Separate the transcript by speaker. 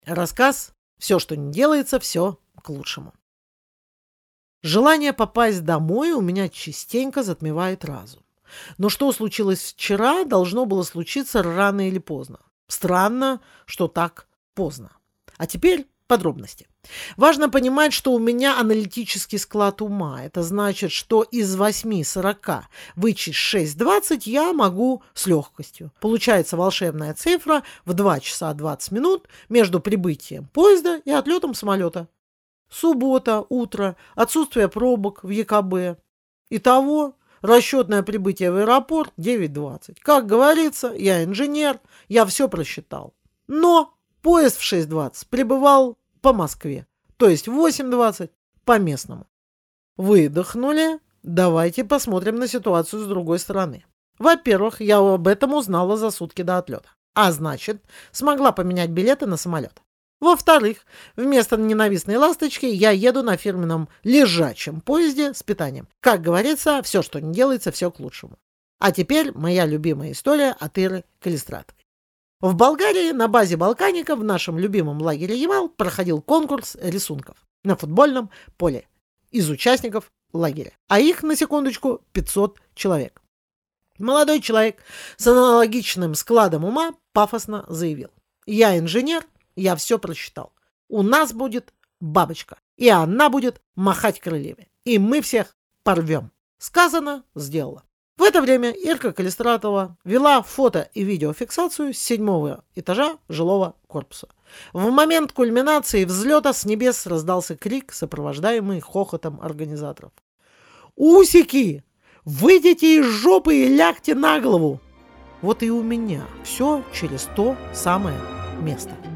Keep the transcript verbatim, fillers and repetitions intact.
Speaker 1: Рассказ «Все, что не делается, все к лучшему». Желание попасть домой у меня частенько затмевает разум. Но что случилось вчера, должно было случиться рано или поздно. Странно, что так поздно. А теперь подробности. Важно понимать, что у меня аналитический склад ума. Это значит, что из восьми сорока вычесть шесть двадцать я могу с легкостью. Получается волшебная цифра в два часа двадцать минут между прибытием поезда и отлетом самолета. Суббота, утро, отсутствие пробок в ЕКБ. Итого расчетное прибытие в аэропорт девять двадцать. Как говорится, я инженер, я все просчитал. Но поезд в шесть двадцать прибывал по Москве, то есть в восемь двадцать по местному. Выдохнули. Давайте посмотрим на ситуацию с другой стороны. Во-первых, я об этом узнала за сутки до отлета. А значит, смогла поменять билеты на самолет. Во-вторых, вместо ненавистной «Ласточки» я еду на фирменном лежачем поезде с питанием. Как говорится, все, что не делается, все к лучшему. А теперь моя любимая история от Иры Калистратовой. В Болгарии на базе Балканика в нашем любимом лагере Ямал проходил конкурс рисунков на футбольном поле из участников лагеря. А их, на секундочку, пятьсот человек. Молодой человек с аналогичным складом ума пафосно заявил: «Я инженер, я все просчитал. У нас будет бабочка, и она будет махать крыльями, и мы всех порвем». Сказано, сделано. В это время Ирка Калистратова вела фото- и видеофиксацию с седьмого этажа жилого корпуса. В момент кульминации взлета с небес раздался крик, сопровождаемый хохотом организаторов. «Усики! Выйдите из жопы и лягте на голову!» Вот и у меня все через то самое место.